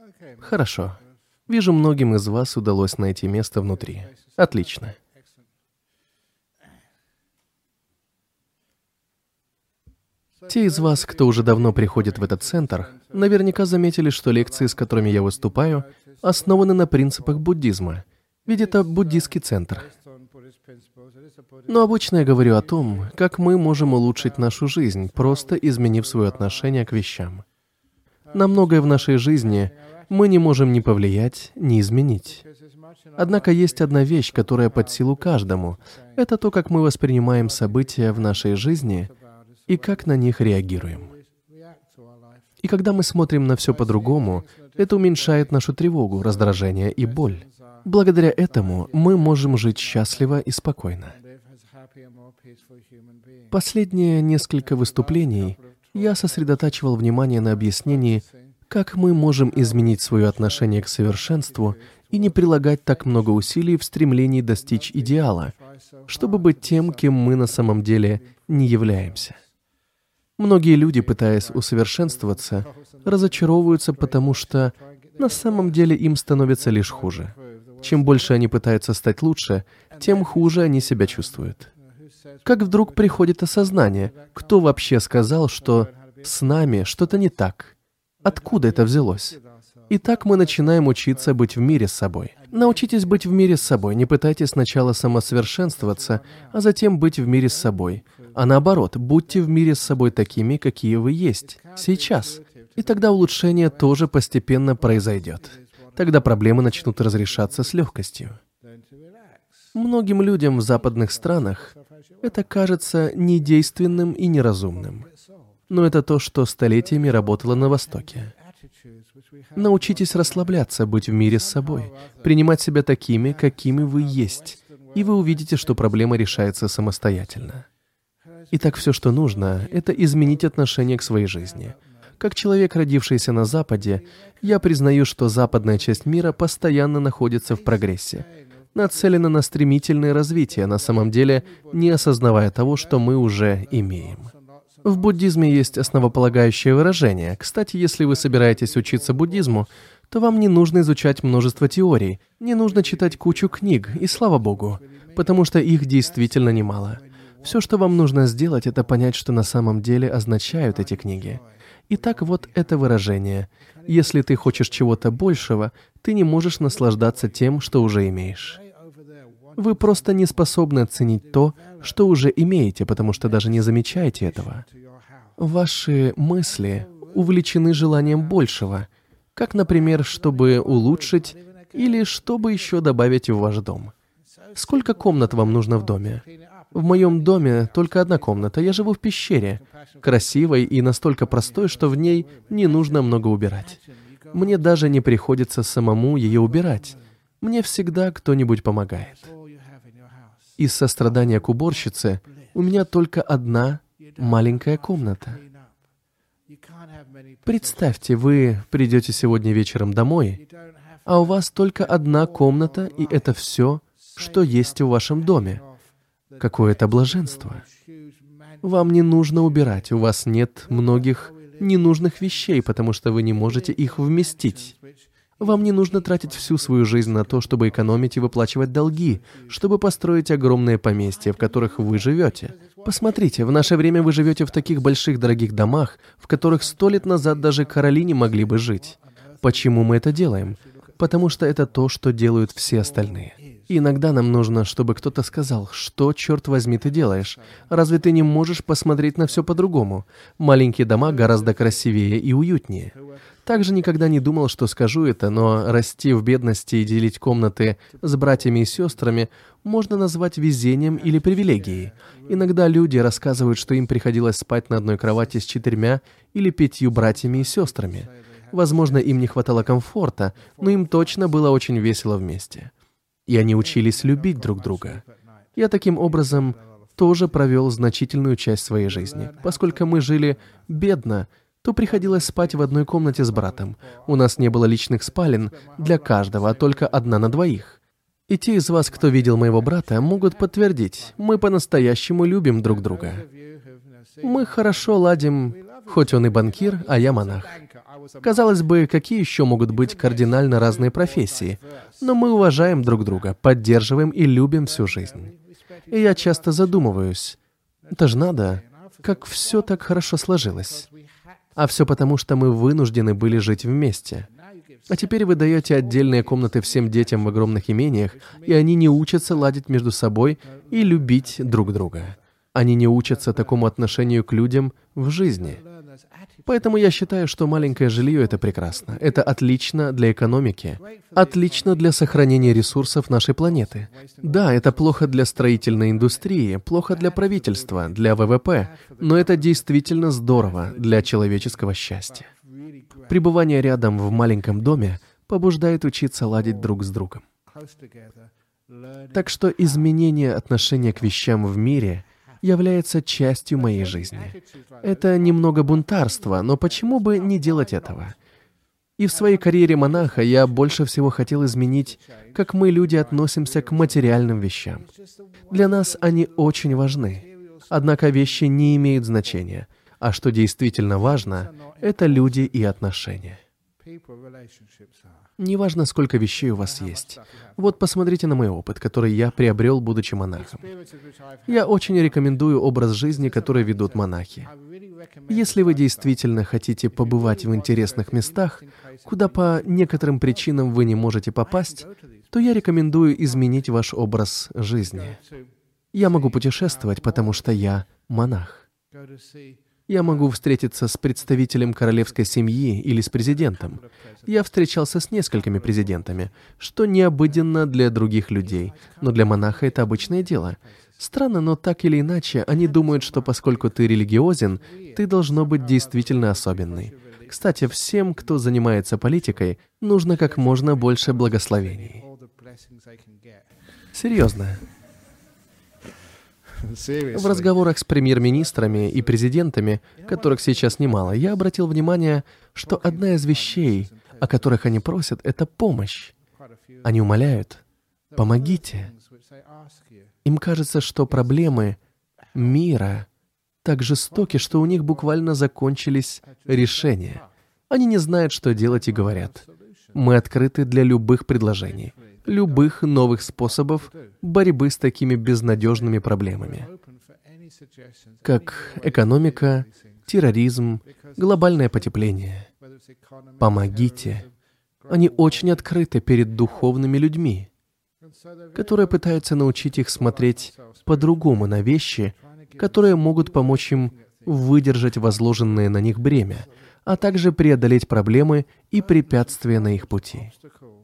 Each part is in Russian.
Хорошо. Вижу, многим из вас удалось найти место внутри. Отлично. Те из вас, кто уже давно приходит в этот центр, наверняка заметили, что лекции, с которыми я выступаю, основаны на принципах буддизма, ведь это буддийский центр. Но обычно я говорю о том, как мы можем улучшить нашу жизнь, просто изменив свое отношение к вещам. На многое в нашей жизни мы не можем ни повлиять, ни изменить. Однако есть одна вещь, которая под силу каждому. Это то, как мы воспринимаем события в нашей жизни и как на них реагируем. И когда мы смотрим на все по-другому, это уменьшает нашу тревогу, раздражение и боль. Благодаря этому мы можем жить счастливо и спокойно. Последние несколько выступлений я сосредотачивал внимание на объяснении, как мы можем изменить свое отношение к совершенству и не прилагать так много усилий в стремлении достичь идеала, чтобы быть тем, кем мы на самом деле не являемся. Многие люди, пытаясь усовершенствоваться, разочаровываются, потому что на самом деле им становится лишь хуже. Чем больше они пытаются стать лучше, тем хуже они себя чувствуют. Как вдруг приходит осознание, кто вообще сказал, что с нами что-то не так? Откуда это взялось? И так мы начинаем учиться быть в мире с собой. Научитесь быть в мире с собой, не пытайтесь сначала самосовершенствоваться, а затем быть в мире с собой. А наоборот, будьте в мире с собой такими, какие вы есть, сейчас. И тогда улучшение тоже постепенно произойдет. Тогда проблемы начнут разрешаться с легкостью. Многим людям в западных странах это кажется недейственным и неразумным. Но это то, что столетиями работало на Востоке. Научитесь расслабляться, быть в мире с собой, принимать себя такими, какими вы есть, и вы увидите, что проблема решается самостоятельно. Итак, все, что нужно, это изменить отношение к своей жизни. Как человек, родившийся на Западе, я признаю, что западная часть мира постоянно находится в прогрессе, нацелена на стремительное развитие, на самом деле не осознавая того, что мы уже имеем. В буддизме есть основополагающее выражение. Кстати, если вы собираетесь учиться буддизму, то вам не нужно изучать множество теорий, не нужно читать кучу книг, и слава Богу, потому что их действительно немало. Все, что вам нужно сделать, это понять, что на самом деле означают эти книги. Итак, вот это выражение. Если ты хочешь чего-то большего, ты не можешь наслаждаться тем, что уже имеешь. Вы просто не способны оценить то, что уже имеете, потому что даже не замечаете этого. Ваши мысли увлечены желанием большего, как, например, чтобы улучшить или чтобы еще добавить в ваш дом. Сколько комнат вам нужно в доме? В моем доме только одна комната, я живу в пещере, красивой и настолько простой, что в ней не нужно много убирать. Мне даже не приходится самому ее убирать. Мне всегда кто-нибудь помогает. Из сострадания к уборщице у меня только одна маленькая комната. Представьте, вы придете сегодня вечером домой, а у вас только одна комната, и это все, что есть в вашем доме. Какое это блаженство! Вам не нужно убирать, у вас нет многих ненужных вещей, потому что вы не можете их вместить. Вам не нужно тратить всю свою жизнь на то, чтобы экономить и выплачивать долги, чтобы построить огромные поместья, в которых вы живете. Посмотрите, в наше время вы живете в таких больших дорогих домах, в которых 100 лет назад даже короли не могли бы жить. Почему мы это делаем? Потому что это то, что делают все остальные. И иногда нам нужно, чтобы кто-то сказал, что, черт возьми, ты делаешь? Разве ты не можешь посмотреть на все по-другому? Маленькие дома гораздо красивее и уютнее. Также никогда не думал, что скажу это, но расти в бедности и делить комнаты с братьями и сестрами можно назвать везением или привилегией. Иногда люди рассказывают, что им приходилось спать на одной кровати с 4 или 5 братьями и сестрами. Возможно, им не хватало комфорта, но им точно было очень весело вместе. И они учились любить друг друга. Я таким образом тоже провел значительную часть своей жизни. Поскольку мы жили бедно, то приходилось спать в одной комнате с братом. У нас не было личных спален для каждого, а только одна на двоих. И те из вас, кто видел моего брата, могут подтвердить, мы по-настоящему любим друг друга. Мы хорошо ладим Хоть он и банкир, а я монах. Казалось бы, какие еще могут быть кардинально разные профессии, но мы уважаем друг друга, поддерживаем и любим всю жизнь. И я часто задумываюсь, это же надо, как все так хорошо сложилось. А все потому, что мы вынуждены были жить вместе. А теперь вы даете отдельные комнаты всем детям в огромных имениях, и они не учатся ладить между собой и любить друг друга. Они не учатся такому отношению к людям в жизни. Поэтому я считаю, что маленькое жилье — это прекрасно. Это отлично для экономики, отлично для сохранения ресурсов нашей планеты. Да, это плохо для строительной индустрии, плохо для правительства, для ВВП, но это действительно здорово для человеческого счастья. Пребывание рядом в маленьком доме побуждает учиться ладить друг с другом. Так что изменение отношения к вещам в мире является частью моей жизни. Это немного бунтарство, но почему бы не делать этого? И в своей карьере монаха я больше всего хотел изменить, как мы, люди, относимся к материальным вещам. Для нас они очень важны. Однако вещи не имеют значения. А что действительно важно, это люди и отношения. Неважно, сколько вещей у вас есть. Вот посмотрите на мой опыт, который я приобрел, будучи монахом. Я очень рекомендую образ жизни, который ведут монахи. Если вы действительно хотите побывать в интересных местах, куда по некоторым причинам вы не можете попасть, то я рекомендую изменить ваш образ жизни. Я могу путешествовать, потому что я монах. Я могу встретиться с представителем королевской семьи или с президентом. Я встречался с несколькими президентами, что необыденно для других людей, но для монаха это обычное дело. Странно, но так или иначе, они думают, что поскольку ты религиозен, ты должно быть действительно особенный. Кстати, всем, кто занимается политикой, нужно как можно больше благословений. Серьезно. В разговорах с премьер-министрами и президентами, которых сейчас немало, я обратил внимание, что одна из вещей, о которых они просят, это помощь. Они умоляют: «Помогите». Им кажется, что проблемы мира так жестоки, что у них буквально закончились решения. Они не знают, что делать, и говорят: «Мы открыты для любых предложений, любых новых способов борьбы с такими безнадежными проблемами, как экономика, терроризм, глобальное потепление. Помогите». Они очень открыты перед духовными людьми, которые пытаются научить их смотреть по-другому на вещи, которые могут помочь им выдержать возложенное на них бремя, а также преодолеть проблемы и препятствия на их пути.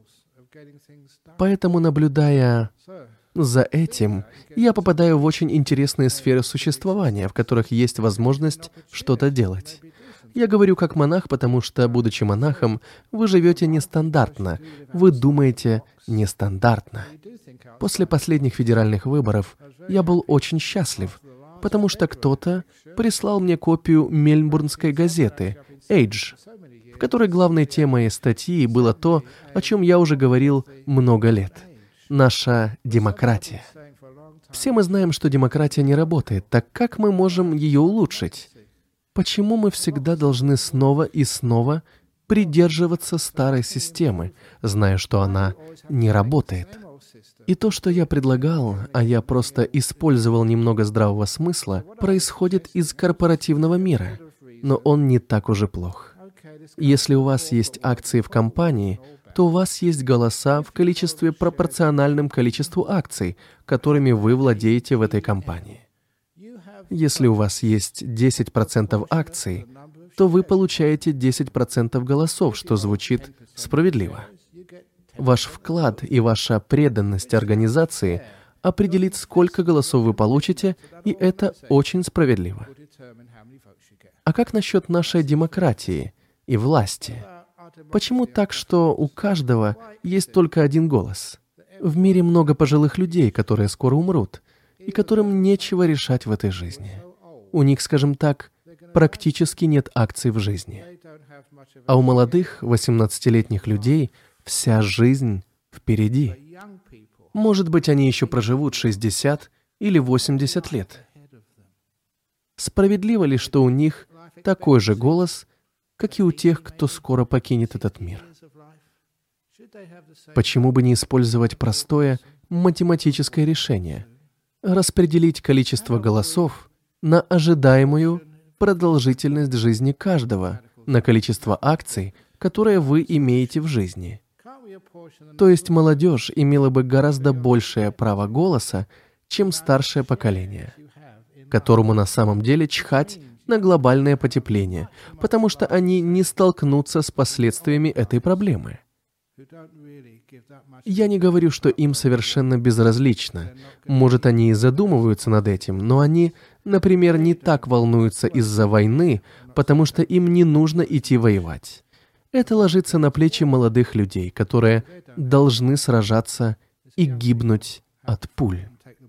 Поэтому, наблюдая за этим, я попадаю в очень интересные сферы существования, в которых есть возможность что-то делать. Я говорю как монах, потому что, будучи монахом, вы живете нестандартно, вы думаете нестандартно. После последних федеральных выборов я был очень счастлив, потому что кто-то прислал мне копию мельбурнской газеты «Age», в которой главной темой статьи было то, о чем я уже говорил много лет — наша демократия. Все мы знаем, что демократия не работает, так как мы можем ее улучшить? Почему мы всегда должны снова и снова придерживаться старой системы, зная, что она не работает? И то, что я предлагал, а я просто использовал немного здравого смысла, происходит из корпоративного мира, но он не так уже плох. Если у вас есть акции в компании, то у вас есть голоса в количестве пропорциональном количеству акций, которыми вы владеете в этой компании. Если у вас есть 10% акций, то вы получаете 10% голосов, что звучит справедливо. Ваш вклад и ваша преданность организации определит, сколько голосов вы получите, и это очень справедливо. А как насчет нашей демократии и власти? Почему так, что у каждого есть только один голос? В мире много пожилых людей, которые скоро умрут, и которым нечего решать в этой жизни. У них, скажем так, практически нет акций в жизни. А у молодых, 18-летних людей вся жизнь впереди. Может быть, они еще проживут 60 или 80 лет. Справедливо ли, что у них такой же голос, как и у тех, кто скоро покинет этот мир. Почему бы не использовать простое математическое решение? Распределить количество голосов на ожидаемую продолжительность жизни каждого, на количество акций, которые вы имеете в жизни. То есть молодежь имела бы гораздо большее право голоса, чем старшее поколение, которому на самом деле чхать на глобальное потепление, потому что они не столкнутся с последствиями этой проблемы. Я не говорю, что им совершенно безразлично. Может, они и задумываются над этим, но они, например, не так волнуются из-за войны, потому что им не нужно идти воевать. Это ложится на плечи молодых людей, которые должны сражаться и гибнуть от пуль.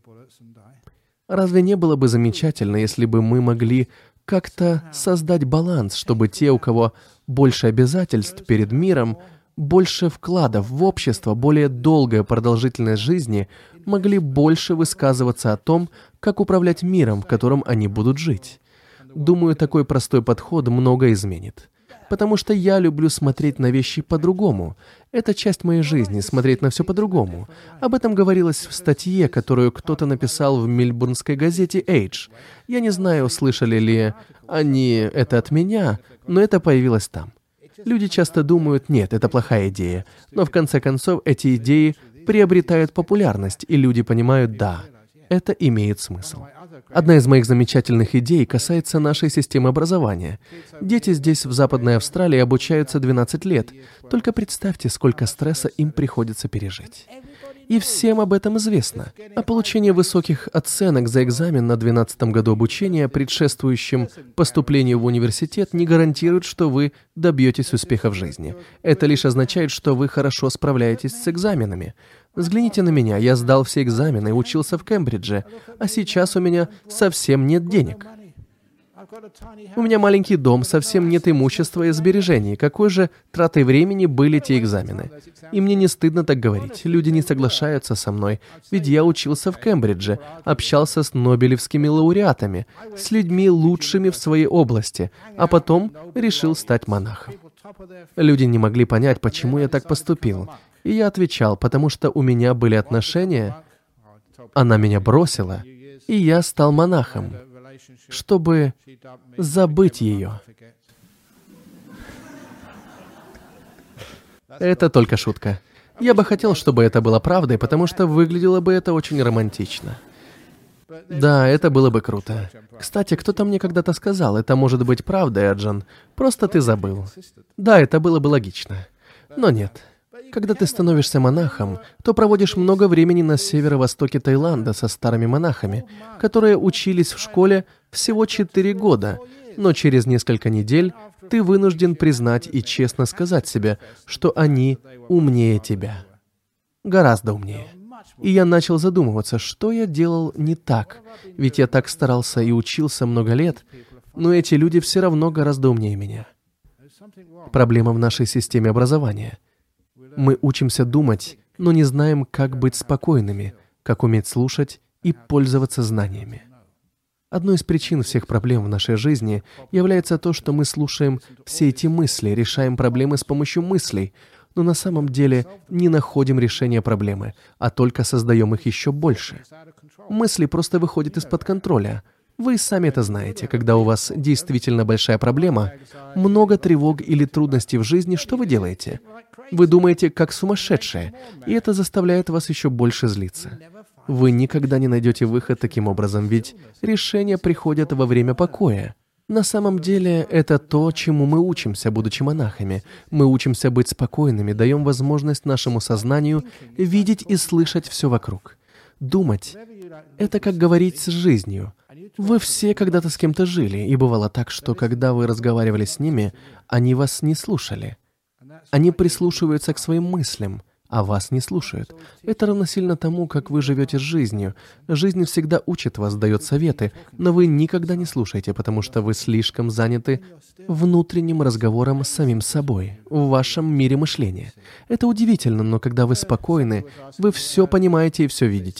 Разве не было бы замечательно, если бы мы могли как-то создать баланс, чтобы те, у кого больше обязательств перед миром, больше вкладов в общество, более долгая продолжительность жизни, могли больше высказываться о том, как управлять миром, в котором они будут жить? Думаю, такой простой подход много изменит. Потому что я люблю смотреть на вещи по-другому. Это часть моей жизни, смотреть на все по-другому. Об этом говорилось в статье, которую кто-то написал в мельбурнской газете Age. Я не знаю, слышали ли они это от меня, но это появилось там. Люди часто думают, нет, это плохая идея. Но в конце концов эти идеи приобретают популярность, и люди понимают, да, это имеет смысл. Одна из моих замечательных идей касается нашей системы образования. Дети здесь, в Западной Австралии, обучаются 12 лет. Только представьте, сколько стресса им приходится пережить. И всем об этом известно. А получение высоких оценок за экзамен на 12-м году обучения, предшествующем поступлению в университет, не гарантирует, что вы добьетесь успеха в жизни. Это лишь означает, что вы хорошо справляетесь с экзаменами. Взгляните на меня, я сдал все экзамены, учился в Кембридже, а сейчас у меня совсем нет денег. У меня маленький дом, совсем нет имущества и сбережений. Какой же тратой времени были те экзамены? И мне не стыдно так говорить. Люди не соглашаются со мной, ведь я учился в Кембридже, общался с нобелевскими лауреатами, с людьми лучшими в своей области, а потом решил стать монахом. Люди не могли понять, почему я так поступил. И я отвечал, потому что у меня были отношения, она меня бросила, и я стал монахом, чтобы забыть ее. Это только шутка. Я бы хотел, чтобы это было правдой, потому что выглядело бы это очень романтично. Да, это было бы круто. Кстати, кто-то мне когда-то сказал, это может быть правдой, Аджан, просто ты забыл. Да, это было бы логично. Но нет. Когда ты становишься монахом, то проводишь много времени на северо-востоке Таиланда со старыми монахами, которые учились в школе всего 4 года, но через несколько недель ты вынужден признать и честно сказать себе, что они умнее тебя. Гораздо умнее. И я начал задумываться, что я делал не так, ведь я так старался и учился много лет, но эти люди все равно гораздо умнее меня. Проблема в нашей системе образования. Мы учимся думать, но не знаем, как быть спокойными, как уметь слушать и пользоваться знаниями. Одной из причин всех проблем в нашей жизни является то, что мы слушаем все эти мысли, решаем проблемы с помощью мыслей, но на самом деле не находим решения проблемы, а только создаем их еще больше. Мысли просто выходят из-под контроля. Вы сами это знаете, когда у вас действительно большая проблема, много тревог или трудностей в жизни, что вы делаете? Вы думаете, как сумасшедшие, и это заставляет вас еще больше злиться. Вы никогда не найдете выход таким образом, ведь решения приходят во время покоя. На самом деле, это то, чему мы учимся, будучи монахами. Мы учимся быть спокойными, даем возможность нашему сознанию видеть и слышать все вокруг. Думать — это как говорить с жизнью. Вы все когда-то с кем-то жили, и бывало так, что когда вы разговаривали с ними, они вас не слушали. Они прислушиваются к своим мыслям, а вас не слушают. Это равносильно тому, как вы живете с жизнью. Жизнь всегда учит вас, дает советы, но вы никогда не слушаете, потому что вы слишком заняты внутренним разговором с самим собой, в вашем мире мышления. Это удивительно, но когда вы спокойны, вы все понимаете и все видите.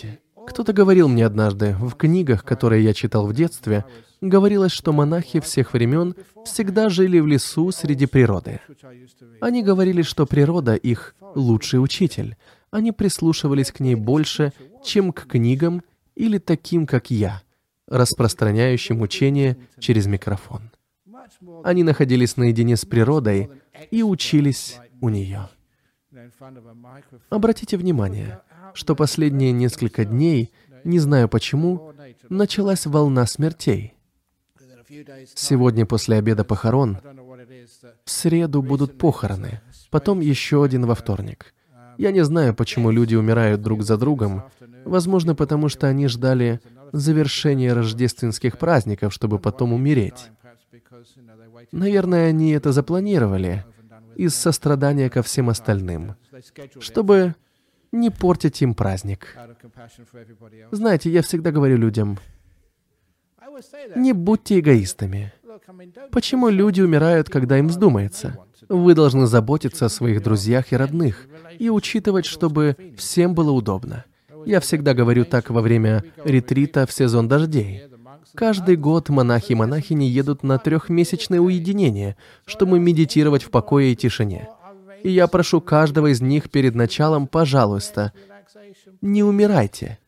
Кто-то говорил мне однажды, в книгах, которые я читал в детстве, говорилось, что монахи всех времен всегда жили в лесу среди природы. Они говорили, что природа их лучший учитель. Они прислушивались к ней больше, чем к книгам или таким, как я, распространяющим учение через микрофон. Они находились наедине с природой и учились у нее. Обратите внимание, что последние несколько дней, не знаю почему, началась волна смертей. Сегодня после обеда похорон, в среду будут похороны, потом еще один во вторник. Я не знаю, почему люди умирают друг за другом. Возможно, потому что они ждали завершения рождественских праздников, чтобы потом умереть. Наверное, они это запланировали из сострадания ко всем остальным, чтобы не портить им праздник. Знаете, я всегда говорю людям, не будьте эгоистами. Почему люди умирают, когда им вздумается? Вы должны заботиться о своих друзьях и родных и учитывать, чтобы всем было удобно. Я всегда говорю так во время ретрита в сезон дождей. Каждый год монахи и монахини едут на 3-месячное уединение, чтобы медитировать в покое и тишине. И я прошу каждого из них перед началом, пожалуйста, не умирайте.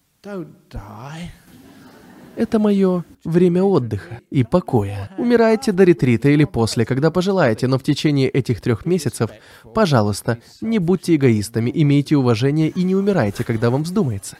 Это мое время отдыха и покоя. Умирайте до ретрита или после, когда пожелаете, но в течение этих 3 месяцев, пожалуйста, не будьте эгоистами, имейте уважение и не умирайте, когда вам вздумается.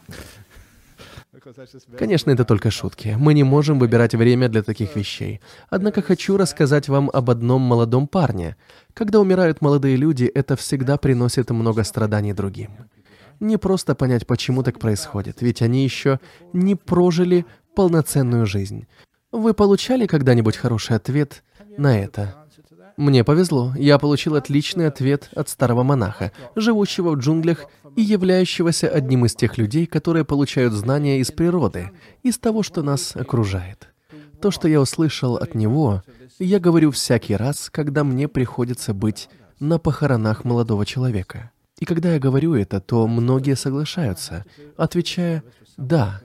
Конечно, это только шутки. Мы не можем выбирать время для таких вещей. Однако хочу рассказать вам об одном молодом парне. Когда умирают молодые люди, это всегда приносит много страданий другим. Не просто понять, почему так происходит, ведь они еще не прожили полноценную жизнь. Вы получали когда-нибудь хороший ответ на это? Мне повезло, я получил отличный ответ от старого монаха, живущего в джунглях и являющегося одним из тех людей, которые получают знания из природы, из того, что нас окружает. То, что я услышал от него, я говорю всякий раз, когда мне приходится быть на похоронах молодого человека. И когда я говорю это, то многие соглашаются, отвечая «да».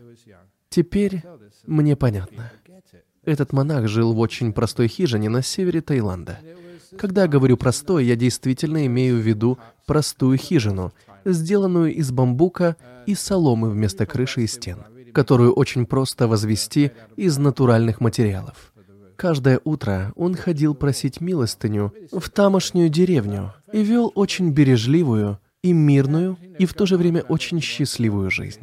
Теперь мне понятно. Этот монах жил в очень простой хижине на севере Таиланда. Когда я говорю «простой», я действительно имею в виду простую хижину, сделанную из бамбука и соломы вместо крыши и стен, которую очень просто возвести из натуральных материалов. Каждое утро он ходил просить милостыню в тамошнюю деревню и вел очень бережливую и мирную, и в то же время очень счастливую жизнь.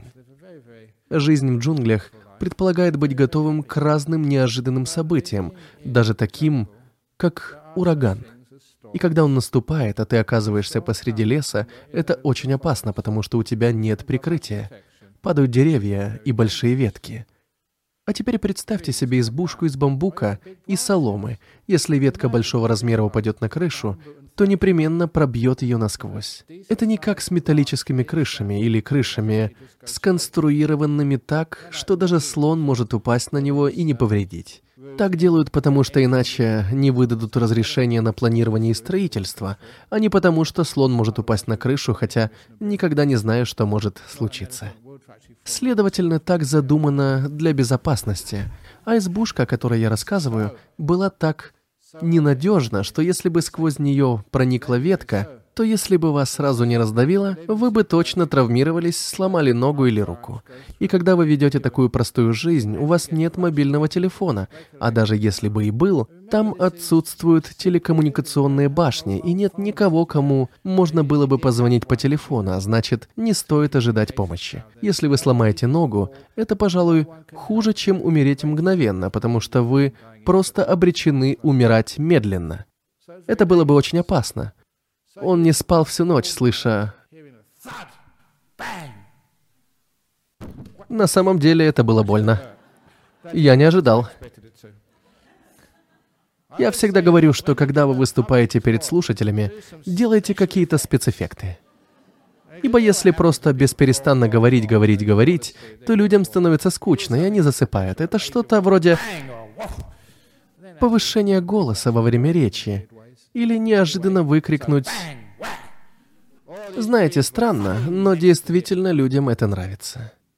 Жизнь в джунглях предполагает быть готовым к разным неожиданным событиям, даже таким, как ураган. И когда он наступает, а ты оказываешься посреди леса, это очень опасно, потому что у тебя нет прикрытия. Падают деревья и большие ветки. А теперь представьте себе избушку из бамбука и соломы. Если ветка большого размера упадет на крышу, то непременно пробьет ее насквозь. Это не как с металлическими крышами или крышами, сконструированными так, что даже слон может упасть на него и не повредить. Так делают, потому что иначе не выдадут разрешения на планирование и строительство, а не потому, что слон может упасть на крышу, хотя никогда не знаю, что может случиться. Следовательно, так задумано для безопасности. А избушка, о которой я рассказываю, была так ненадежна, что если бы сквозь нее проникла ветка, то если бы вас сразу не раздавило, вы бы точно травмировались, сломали ногу или руку. И когда вы ведете такую простую жизнь, у вас нет мобильного телефона, а даже если бы и был, там отсутствуют телекоммуникационные башни, и нет никого, кому можно было бы позвонить по телефону, а значит, не стоит ожидать помощи. Если вы сломаете ногу, это, пожалуй, хуже, чем умереть мгновенно, потому что вы просто обречены умирать медленно. Это было бы очень опасно. Он не спал всю ночь, слыша... На самом деле это было больно. Я не ожидал. Я всегда говорю, что когда вы выступаете перед слушателями, делайте какие-то спецэффекты. Ибо если просто бесперестанно говорить, то людям становится скучно, и они засыпают. Это что-то вроде повышения голоса во время речи. Или неожиданно выкрикнуть... Знаете, странно, но действительно людям это нравится.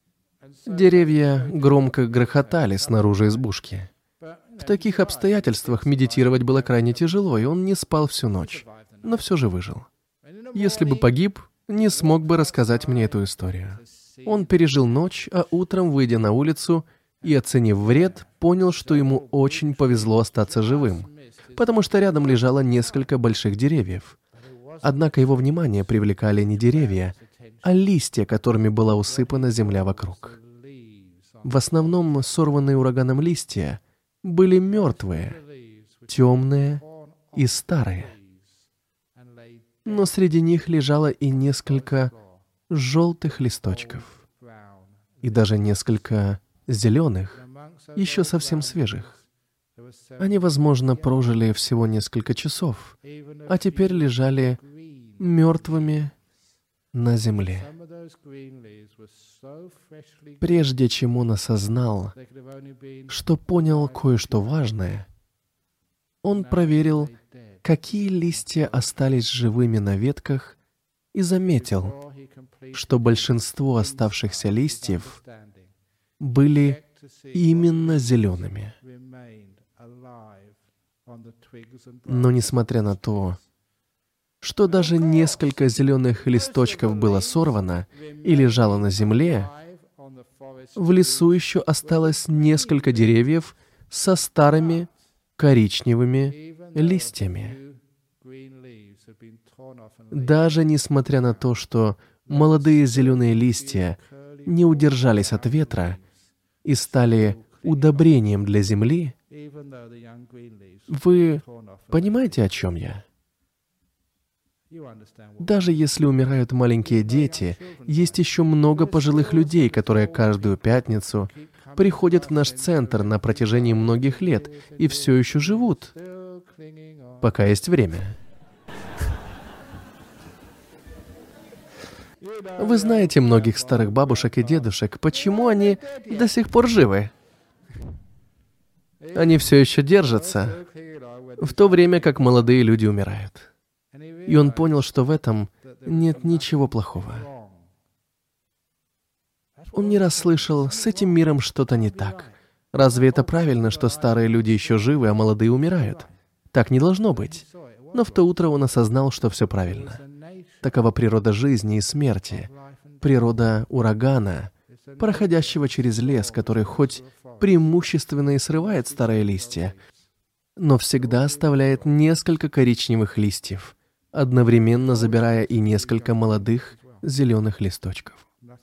Деревья громко грохотали снаружи избушки. В таких обстоятельствах медитировать было крайне тяжело, и он не спал всю ночь, но все же выжил. Если бы погиб, не смог бы рассказать мне эту историю. Он пережил ночь, а утром, выйдя на улицу и оценив вред, понял, что ему очень повезло остаться живым, потому что рядом лежало несколько больших деревьев. Однако его внимание привлекали не деревья, а листья, которыми была усыпана земля вокруг. В основном сорванные ураганом листья были мертвые, темные и старые. Но среди них лежало и несколько желтых листочков, и даже несколько зеленых, еще совсем свежих. Они, возможно, прожили всего несколько часов, а теперь лежали мертвыми на земле. Прежде чем он осознал, что понял кое-что важное, он проверил, какие листья остались живыми на ветках, и заметил, что большинство оставшихся листьев были именно зелеными. Но несмотря на то, что даже несколько зеленых листочков было сорвано и лежало на земле, в лесу еще осталось несколько деревьев со старыми коричневыми листьями. Даже несмотря на то, что молодые зеленые листья не удержались от ветра и стали удобрением для земли, вы понимаете, о чем я? Даже если умирают маленькие дети, есть еще много пожилых людей, которые каждую пятницу приходят в наш центр на протяжении многих лет и все еще живут, пока есть время. Вы знаете многих старых бабушек и дедушек, почему они до сих пор живы? Они все еще держатся, в то время как молодые люди умирают. И он понял, что в этом нет ничего плохого. Он не раз слышал, с этим миром что-то не так. Разве это правильно, что старые люди еще живы, а молодые умирают? Так не должно быть. Но в то утро он осознал, что все правильно. Такова природа жизни и смерти, природа урагана, проходящего через лес, который хоть преимущественно и срывает старые листья, но всегда оставляет несколько коричневых листьев, одновременно забирая и несколько молодых зеленых листочков.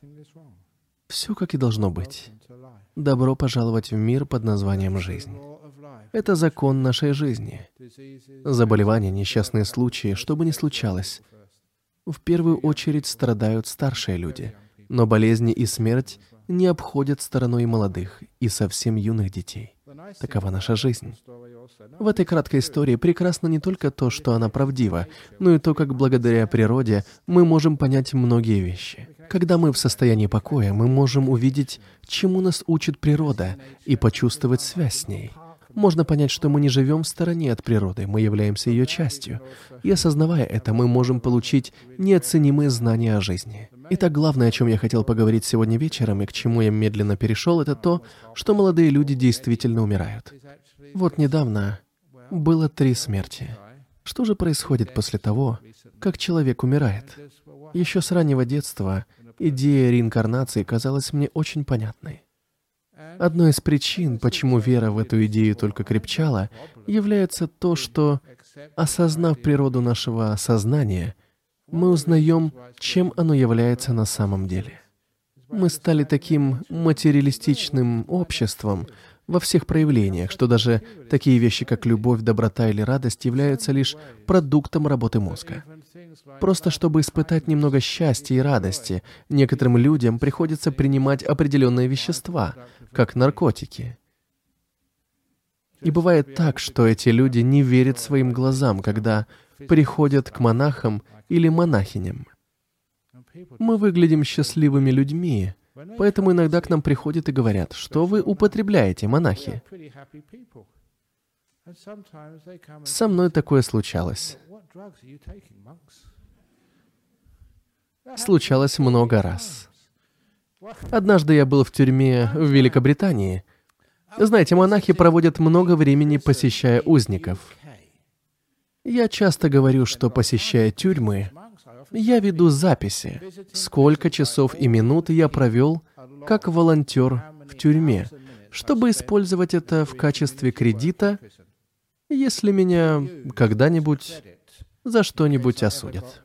Все как и должно быть. Добро пожаловать в мир под названием «Жизнь». Это закон нашей жизни. Заболевания, несчастные случаи, что бы ни случалось, в первую очередь страдают старшие люди, но болезни и смерть не обходят стороной и молодых, и совсем юных детей. Такова наша жизнь. В этой краткой истории прекрасно не только то, что она правдива, но и то, как благодаря природе мы можем понять многие вещи. Когда мы в состоянии покоя, мы можем увидеть, чему нас учит природа, и почувствовать связь с ней. Можно понять, что мы не живем в стороне от природы, мы являемся ее частью. И осознавая это, мы можем получить неоценимые знания о жизни. Итак, главное, о чем я хотел поговорить сегодня вечером, и к чему я медленно перешел, это то, что молодые люди действительно умирают. Вот недавно было 3 смерти. Что же происходит после того, как человек умирает? Еще с раннего детства идея реинкарнации казалась мне очень понятной. Одной из причин, почему вера в эту идею только крепчала, является то, что, осознав природу нашего сознания, мы узнаем, чем оно является на самом деле. Мы стали таким материалистичным обществом во всех проявлениях, что даже такие вещи, как любовь, доброта или радость, являются лишь продуктом работы мозга. Просто чтобы испытать немного счастья и радости, некоторым людям приходится принимать определенные вещества, как наркотики. И бывает так, что эти люди не верят своим глазам, когда приходят к монахам или монахиням. Мы выглядим счастливыми людьми, поэтому иногда к нам приходят и говорят, что вы употребляете, монахи. Со мной такое случалось. Случалось много раз. Однажды я был в тюрьме в Великобритании. Знаете, монахи проводят много времени, посещая узников. Я часто говорю, что, посещая тюрьмы, я веду записи, сколько часов и минут я провел как волонтер в тюрьме, чтобы использовать это в качестве кредита, если меня когда-нибудь за что-нибудь осудят.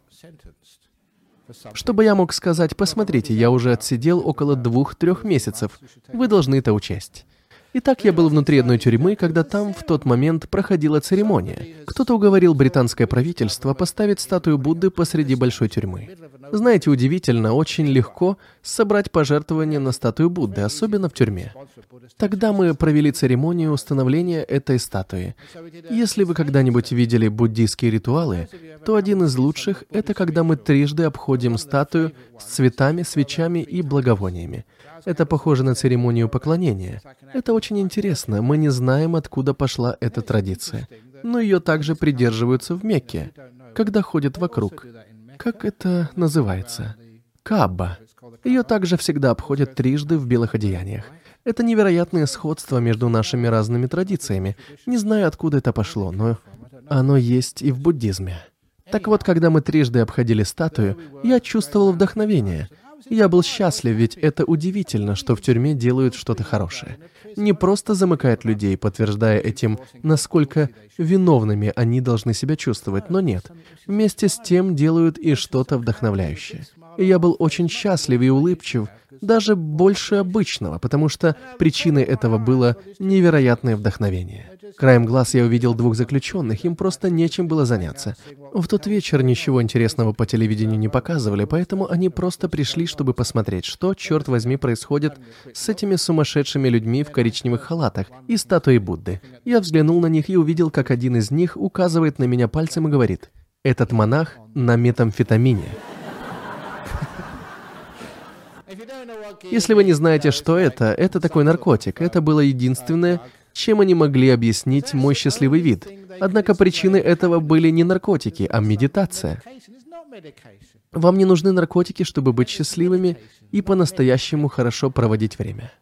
Чтобы я мог сказать: посмотрите, я уже отсидел около 2-3 месяцев, вы должны это учесть. Итак, я был внутри одной тюрьмы, когда там в тот момент проходила церемония. Кто-то уговорил британское правительство поставить статую Будды посреди большой тюрьмы. Знаете, удивительно, очень легко собрать пожертвования на статую Будды, особенно в тюрьме. Тогда мы провели церемонию установления этой статуи. Если вы когда-нибудь видели буддийские ритуалы, то один из лучших — это когда мы трижды обходим статую с цветами, свечами и благовониями. Это похоже на церемонию поклонения. Это очень интересно. Мы не знаем, откуда пошла эта традиция. Но ее также придерживаются в Мекке, когда ходят вокруг. Как это называется? Каба. Ее также всегда обходят трижды в белых одеяниях. Это невероятное сходство между нашими разными традициями. Не знаю, откуда это пошло, но оно есть и в буддизме. Так вот, когда мы трижды обходили статую, я чувствовал вдохновение. Я был счастлив, ведь это удивительно, что в тюрьме делают что-то хорошее. Не просто замыкают людей, подтверждая этим, насколько виновными они должны себя чувствовать, но нет. Вместе с тем делают и что-то вдохновляющее. И я был очень счастлив и улыбчив, даже больше обычного, потому что причиной этого было невероятное вдохновение. Краем глаз я увидел 2 заключенных, им просто нечем было заняться. В тот вечер ничего интересного по телевидению не показывали, поэтому они просто пришли, чтобы посмотреть, что, черт возьми, происходит с этими сумасшедшими людьми в коричневых халатах и статуей Будды. Я взглянул на них и увидел, как один из них указывает на меня пальцем и говорит: «Этот монах на метамфетамине». Если вы не знаете, что это такой наркотик. Это было единственное, чем они могли объяснить мой счастливый вид. Однако причиной этого были не наркотики, а медитация. Вам не нужны наркотики, чтобы быть счастливыми и по-настоящему хорошо проводить время.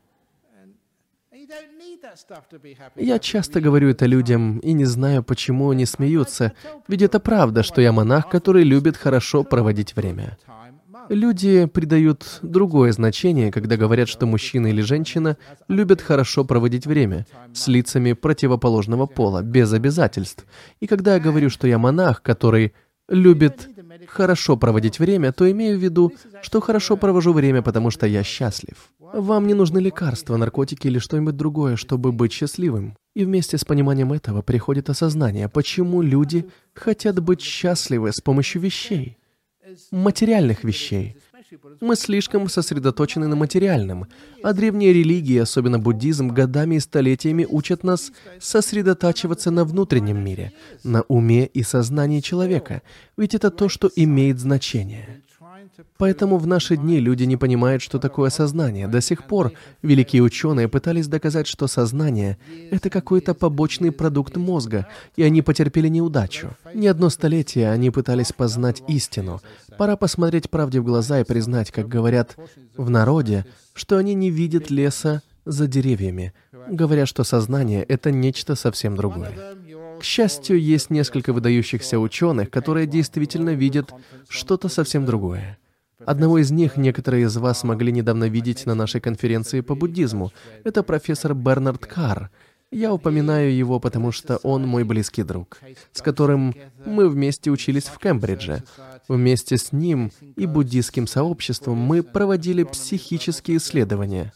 Я часто говорю это людям и не знаю, почему они смеются, ведь это правда, что я монах, который любит хорошо проводить время. Люди придают другое значение, когда говорят, что мужчина или женщина любят хорошо проводить время с лицами противоположного пола, без обязательств. И когда я говорю, что я монах, который любит хорошо проводить время, то имею в виду, что хорошо провожу время, потому что я счастлив. Вам не нужны лекарства, наркотики или что-нибудь другое, чтобы быть счастливым. И вместе с пониманием этого приходит осознание, почему люди хотят быть счастливы с помощью вещей. Материальных вещей. Мы слишком сосредоточены на материальном, а древние религии, особенно буддизм, годами и столетиями учат нас сосредотачиваться на внутреннем мире, на уме и сознании человека, ведь это то, что имеет значение. Поэтому в наши дни люди не понимают, что такое сознание. До сих пор великие ученые пытались доказать, что сознание — это какой-то побочный продукт мозга, и они потерпели неудачу. Не одно столетие они пытались познать истину. Пора посмотреть правде в глаза и признать, как говорят в народе, что они не видят леса за деревьями, говоря, что сознание — это нечто совсем другое. К счастью, есть несколько выдающихся ученых, которые действительно видят что-то совсем другое. Одного из них некоторые из вас могли недавно видеть на нашей конференции по буддизму. Это профессор Бернард Карр. Я упоминаю его, потому что он мой близкий друг, с которым мы вместе учились в Кембридже. Вместе с ним и буддийским сообществом мы проводили психические исследования,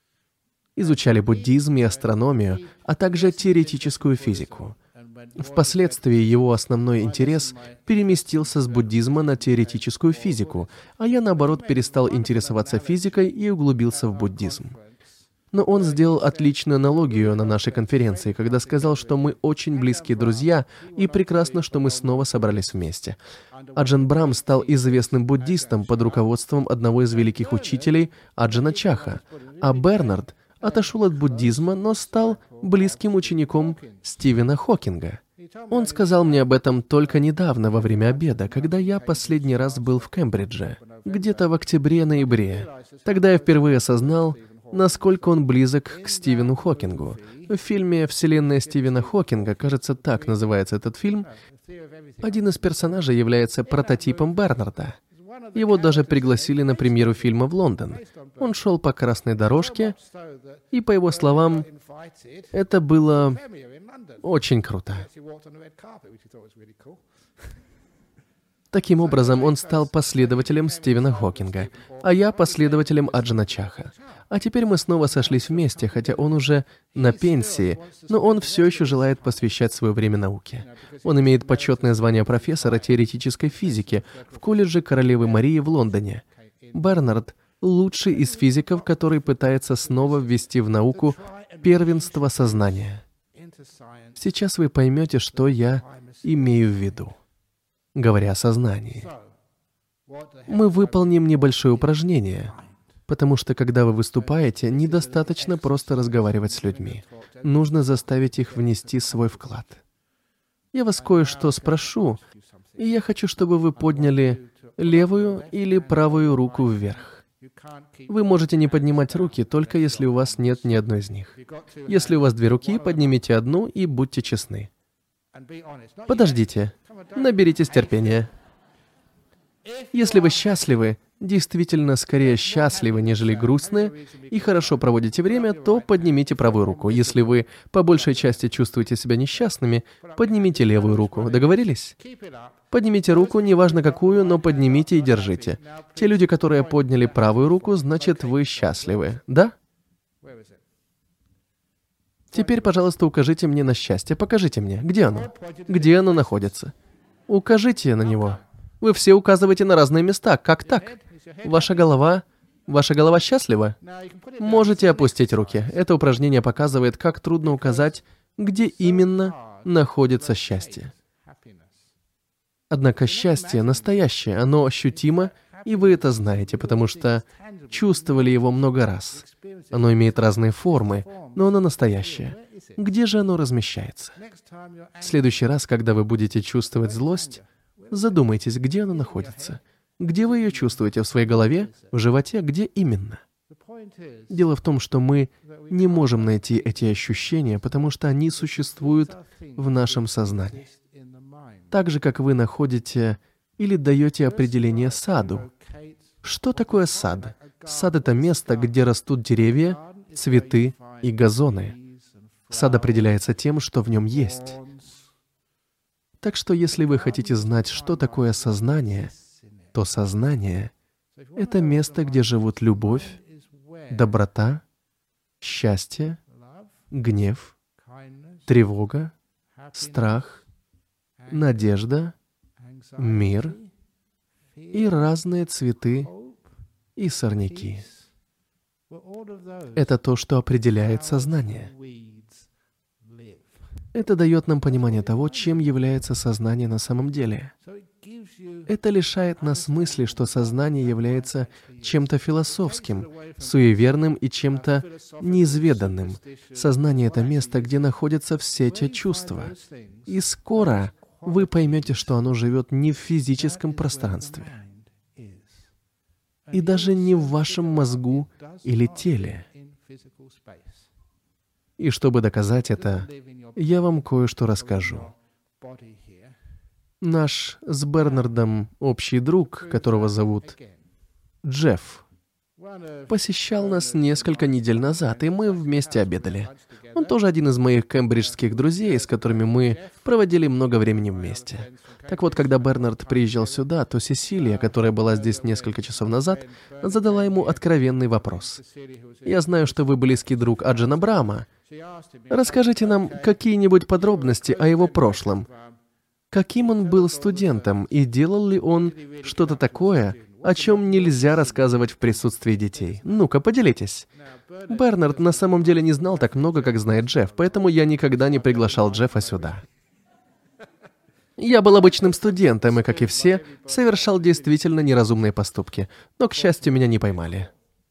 изучали буддизм и астрономию, а также теоретическую физику. Впоследствии его основной интерес переместился с буддизма на теоретическую физику, а я, наоборот, перестал интересоваться физикой и углубился в буддизм. Но он сделал отличную аналогию на нашей конференции, когда сказал, что мы очень близкие друзья, и прекрасно, что мы снова собрались вместе. Аджан Брам стал известным буддистом под руководством одного из великих учителей Аджана Чаха, а Бернард отошел от буддизма, но стал близким учеником Стивена Хокинга. Он сказал мне об этом только недавно, во время обеда, когда я последний раз был в Кембридже. где-то в октябре-ноябре. Тогда я впервые осознал, насколько он близок к Стивену Хокингу. В фильме «Вселенная Стивена Хокинга», кажется, так называется этот фильм, один из персонажей является прототипом Бернарда. Его даже пригласили на премьеру фильма в Лондон. Он шел по красной дорожке, и, по его словам, это было очень круто. Таким образом, он стал последователем Стивена Хокинга, а я последователем Аджана Чаха. А теперь мы снова сошлись вместе, хотя он уже на пенсии, но он все еще желает посвящать свое время науке. Он имеет почетное звание профессора теоретической физики в колледже Королевы Марии в Лондоне. Бернард — лучший из физиков, который пытается снова ввести в науку первенство сознания. Сейчас вы поймете, что я имею в виду, говоря о сознании. Мы выполним небольшое упражнение, потому что, когда вы выступаете, недостаточно просто разговаривать с людьми. Нужно заставить их внести свой вклад. Я вас кое-что спрошу, и я хочу, чтобы вы подняли левую или правую руку вверх. Вы можете не поднимать руки, только если у вас нет ни одной из них. Если у вас две руки, поднимите одну и будьте честны. Подождите. Наберитесь терпения. Если вы счастливы, действительно скорее счастливы, нежели грустны, и хорошо проводите время, то поднимите правую руку. Если вы по большей части чувствуете себя несчастными, поднимите левую руку. Договорились? Поднимите руку, неважно какую, но поднимите и держите. Те люди, которые подняли правую руку, значит, вы счастливы. Да? Теперь, пожалуйста, укажите мне на счастье. Покажите мне, где оно? Где оно находится? Укажите на него. Вы все указываете на разные места. Как так? Ваша голова счастлива? Можете опустить руки. Это упражнение показывает, как трудно указать, где именно находится счастье. Однако счастье настоящее, оно ощутимо, и вы это знаете, потому что чувствовали его много раз. Оно имеет разные формы, но оно настоящее. Где же оно размещается? В следующий раз, когда вы будете чувствовать злость, задумайтесь, где оно находится. Где вы ее чувствуете? В своей голове? В животе? Где именно? Дело в том, что мы не можем найти эти ощущения, потому что они существуют в нашем сознании. Так же, как вы находите или даете определение саду. Что такое сад? Сад — это место, где растут деревья, цветы и газоны. Сад определяется тем, что в нем есть. Так что, если вы хотите знать, что такое сознание, то сознание — это место, где живут любовь, доброта, счастье, гнев, тревога, страх, надежда, мир и разные цветы и сорняки. Это то, что определяет сознание. Это дает нам понимание того, чем является сознание на самом деле. Это лишает нас мысли, что сознание является чем-то философским, суеверным и чем-то неизведанным. Сознание — это место, где находятся все те чувства. И скоро вы поймете, что оно живет не в физическом пространстве. И даже не в вашем мозгу или теле. И чтобы доказать это, я вам кое-что расскажу. Наш с Бернардом общий друг, которого зовут Джефф, посещал нас несколько недель назад, и мы вместе обедали. Он тоже один из моих кембриджских друзей, с которыми мы проводили много времени вместе. Так вот, когда Бернард приезжал сюда, то Сесилия, которая была здесь несколько часов назад, задала ему откровенный вопрос. «Я знаю, что вы близкий друг Аджана Брахма. Расскажите нам какие-нибудь подробности о его прошлом. Каким он был студентом, и делал ли он что-то такое, о чем нельзя рассказывать в присутствии детей? Ну-ка, поделитесь». Бернард на самом деле не знал так много, как знает Джефф, поэтому я никогда не приглашал Джеффа сюда. Я был обычным студентом, и, как и все, совершал действительно неразумные поступки, но, к счастью, меня не поймали.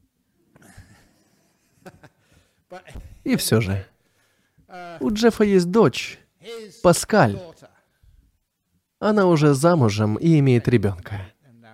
И все же. У Джеффа есть дочь, Паскаль. Она уже замужем и имеет ребенка.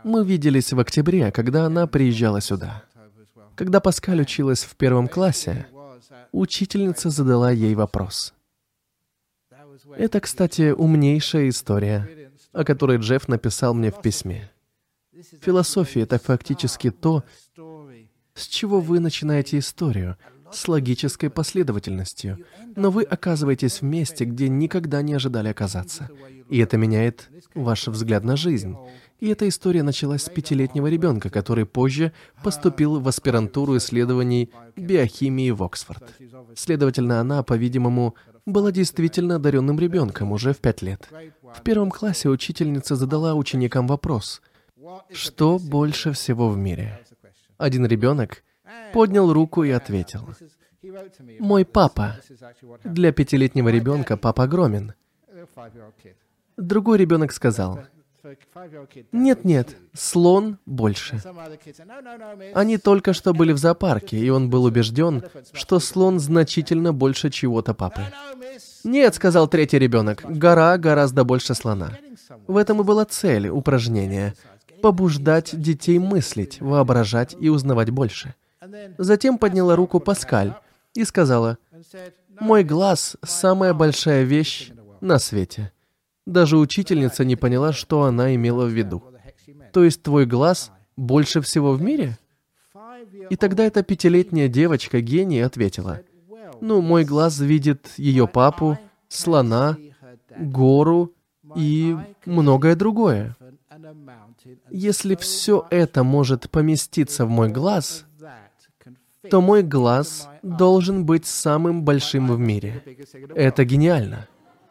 Мы виделись в октябре, когда она приезжала сюда. Когда Паскаль училась в 1 классе, учительница задала ей вопрос. Это, кстати, умнейшая история, о которой Джефф написал мне в письме. Философия — это фактически то, с чего вы начинаете историю, с логической последовательностью, но вы оказываетесь в месте, где никогда не ожидали оказаться. И это меняет ваш взгляд на жизнь. И эта история началась с 5-летнего ребенка, который позже поступил в аспирантуру исследований биохимии в Оксфорд. Следовательно, она, по-видимому, была действительно одаренным ребенком уже в 5 лет. В 1 классе учительница задала ученикам вопрос: «Что больше всего в мире?» Один ребенок поднял руку и ответил: «Мой папа». Для 5-летнего ребенка папа огромен. Другой ребенок сказал: «Нет, слон больше». Они только что были в зоопарке, и он был убежден, что слон значительно больше чего-то папы. «Нет», — сказал третий ребенок, — «гора гораздо больше слона». В этом и была цель упражнения — побуждать детей мыслить, воображать и узнавать больше. Затем подняла руку Паскаль и сказала: «Мой глаз — самая большая вещь на свете». Даже учительница не поняла, что она имела в виду. То есть твой глаз больше всего в мире? И тогда эта 5-летняя девочка-гений ответила: «Ну, мой глаз видит ее папу, слона, гору и многое другое. Если все это может поместиться в мой глаз, то мой глаз должен быть самым большим в мире. Это гениально.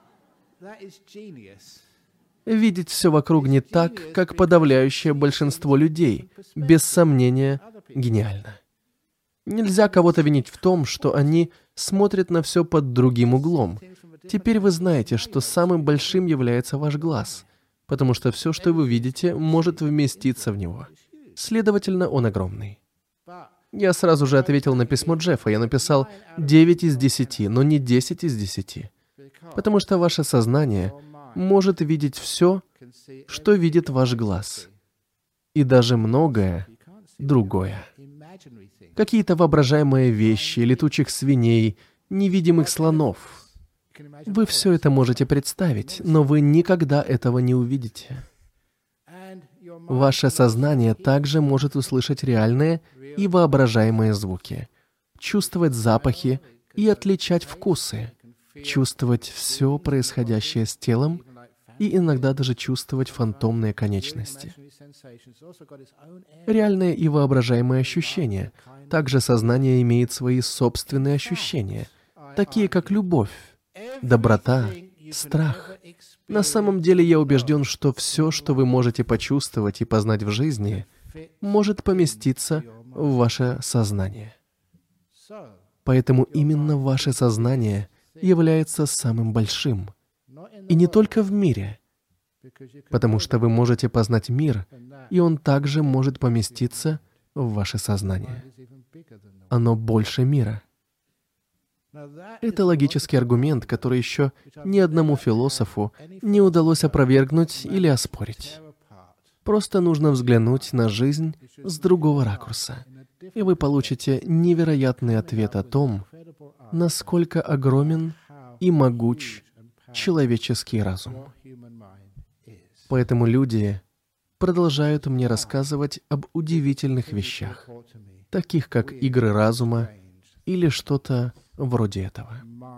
Видеть все вокруг не так, как подавляющее большинство людей, без сомнения, гениально. Нельзя кого-то винить в том, что они смотрят на все под другим углом. Теперь вы знаете, что самым большим является ваш глаз, потому что все, что вы видите, может вместиться в него. Следовательно, он огромный. Я сразу же ответил на письмо Джеффа. Я написал 9 из 10, но не 10 из 10. Потому что ваше сознание может видеть все, что видит ваш глаз. И даже многое другое. Какие-то воображаемые вещи, летучих свиней, невидимых слонов. Вы все это можете представить, но вы никогда этого не увидите. Ваше сознание также может услышать реальные и воображаемые звуки, чувствовать запахи и отличать вкусы, чувствовать все происходящее с телом и иногда даже чувствовать фантомные конечности. Реальные и воображаемые ощущения. Также сознание имеет свои собственные ощущения, такие как любовь, доброта, страх. На самом деле я убежден, что все, что вы можете почувствовать и познать в жизни, может поместиться в ваше сознание. Поэтому именно ваше сознание является самым большим. И не только в мире, потому что вы можете познать мир, и он также может поместиться в ваше сознание. Оно больше мира. Это логический аргумент, который еще ни одному философу не удалось опровергнуть или оспорить. Просто нужно взглянуть на жизнь с другого ракурса, и вы получите невероятный ответ о том, насколько огромен и могуч человеческий разум. Поэтому люди продолжают мне рассказывать об удивительных вещах, таких как игры разума или что-то вроде этого.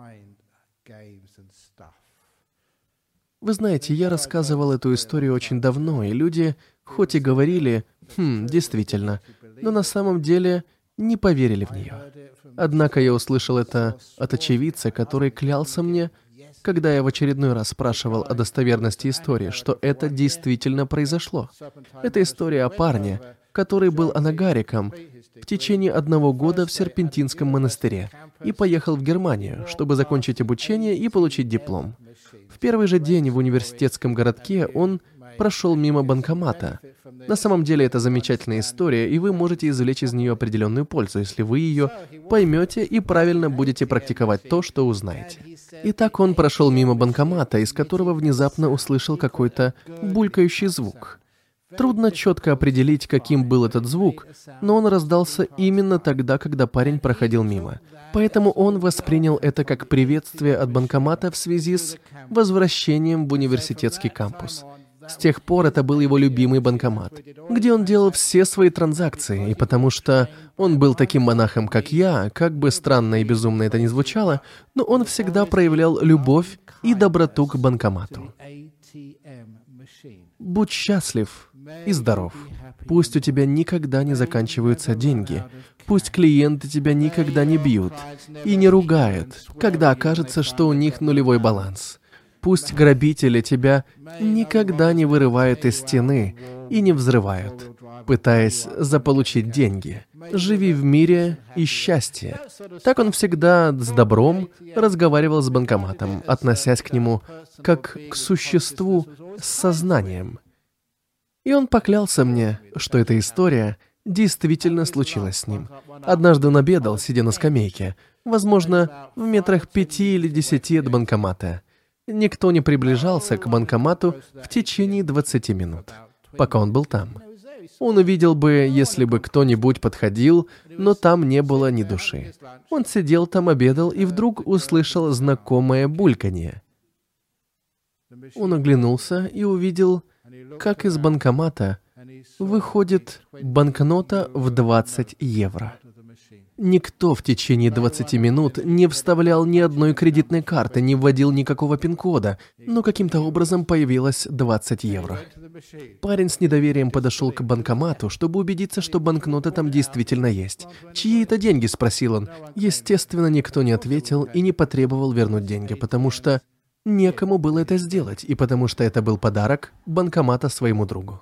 Вы знаете, я рассказывал эту историю очень давно, и люди, хоть и говорили, действительно, но на самом деле не поверили в нее. Однако я услышал это от очевидца, который клялся мне, когда я в очередной раз спрашивал о достоверности истории, что это действительно произошло. Это история о парне, который был анагариком в течение 1 года в Серпентинском монастыре и поехал в Германию, чтобы закончить обучение и получить диплом. В первый же день в университетском городке он прошел мимо банкомата. На самом деле это замечательная история, и вы можете извлечь из нее определенную пользу, если вы ее поймете и правильно будете практиковать то, что узнаете. Итак, он прошел мимо банкомата, из которого внезапно услышал какой-то булькающий звук. Трудно четко определить, каким был этот звук, но он раздался именно тогда, когда парень проходил мимо. Поэтому он воспринял это как приветствие от банкомата в связи с возвращением в университетский кампус. С тех пор это был его любимый банкомат, где он делал все свои транзакции, и потому что он был таким монахом, как я, как бы странно и безумно это ни звучало, но он всегда проявлял любовь и доброту к банкомату. Будь счастлив и здоров. Пусть у тебя никогда не заканчиваются деньги. Пусть клиенты тебя никогда не бьют и не ругают, когда окажется, что у них нулевой баланс. Пусть грабители тебя никогда не вырывают из стены и не взрывают, пытаясь заполучить деньги. Живи в мире и счастье. Так он всегда с добром разговаривал с банкоматом, относясь к нему как к существу с сознанием. И он поклялся мне, что эта история действительно случилась с ним. Однажды он обедал, сидя на скамейке, возможно, в метрах 5 или 10 от банкомата. Никто не приближался к банкомату в течение 20 минут, пока он был там. Он увидел бы, если бы кто-нибудь подходил, но там не было ни души. Он сидел там, обедал, и вдруг услышал знакомое бульканье. Он оглянулся и увидел, как из банкомата выходит банкнота в 20 евро. Никто в течение 20 минут не вставлял ни одной кредитной карты, не вводил никакого пин-кода, но каким-то образом появилось 20 евро. Парень с недоверием подошел к банкомату, чтобы убедиться, что банкнота там действительно есть. «Чьи это деньги?» – спросил он. Естественно, никто не ответил и не потребовал вернуть деньги, потому что некому было это сделать, и потому что это был подарок банкомата своему другу.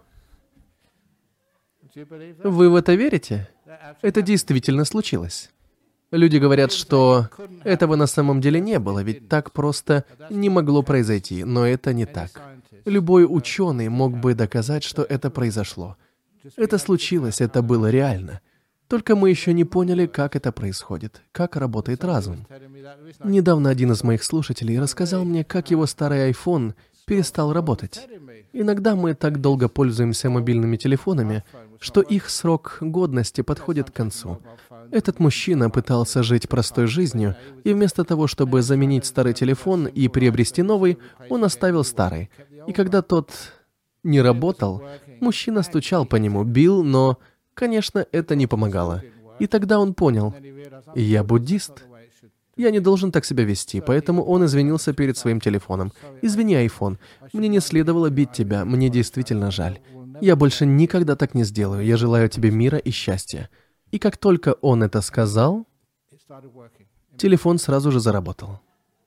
Вы в это верите? Это действительно случилось. Люди говорят, что этого на самом деле не было, ведь так просто не могло произойти, но это не так. Любой ученый мог бы доказать, что это произошло. Это случилось, это было реально. Только мы еще не поняли, как это происходит, как работает разум. Недавно один из моих слушателей рассказал мне, как его старый iPhone перестал работать. Иногда мы так долго пользуемся мобильными телефонами, что их срок годности подходит к концу. Этот мужчина пытался жить простой жизнью, и вместо того, чтобы заменить старый телефон и приобрести новый, он оставил старый. И когда тот не работал, мужчина стучал по нему, бил, но, конечно, это не помогало. И тогда он понял: я буддист. Я не должен так себя вести, поэтому он извинился перед своим телефоном. «Извини, iPhone, мне не следовало бить тебя, мне действительно жаль. Я больше никогда так не сделаю, я желаю тебе мира и счастья». И как только он это сказал, телефон сразу же заработал.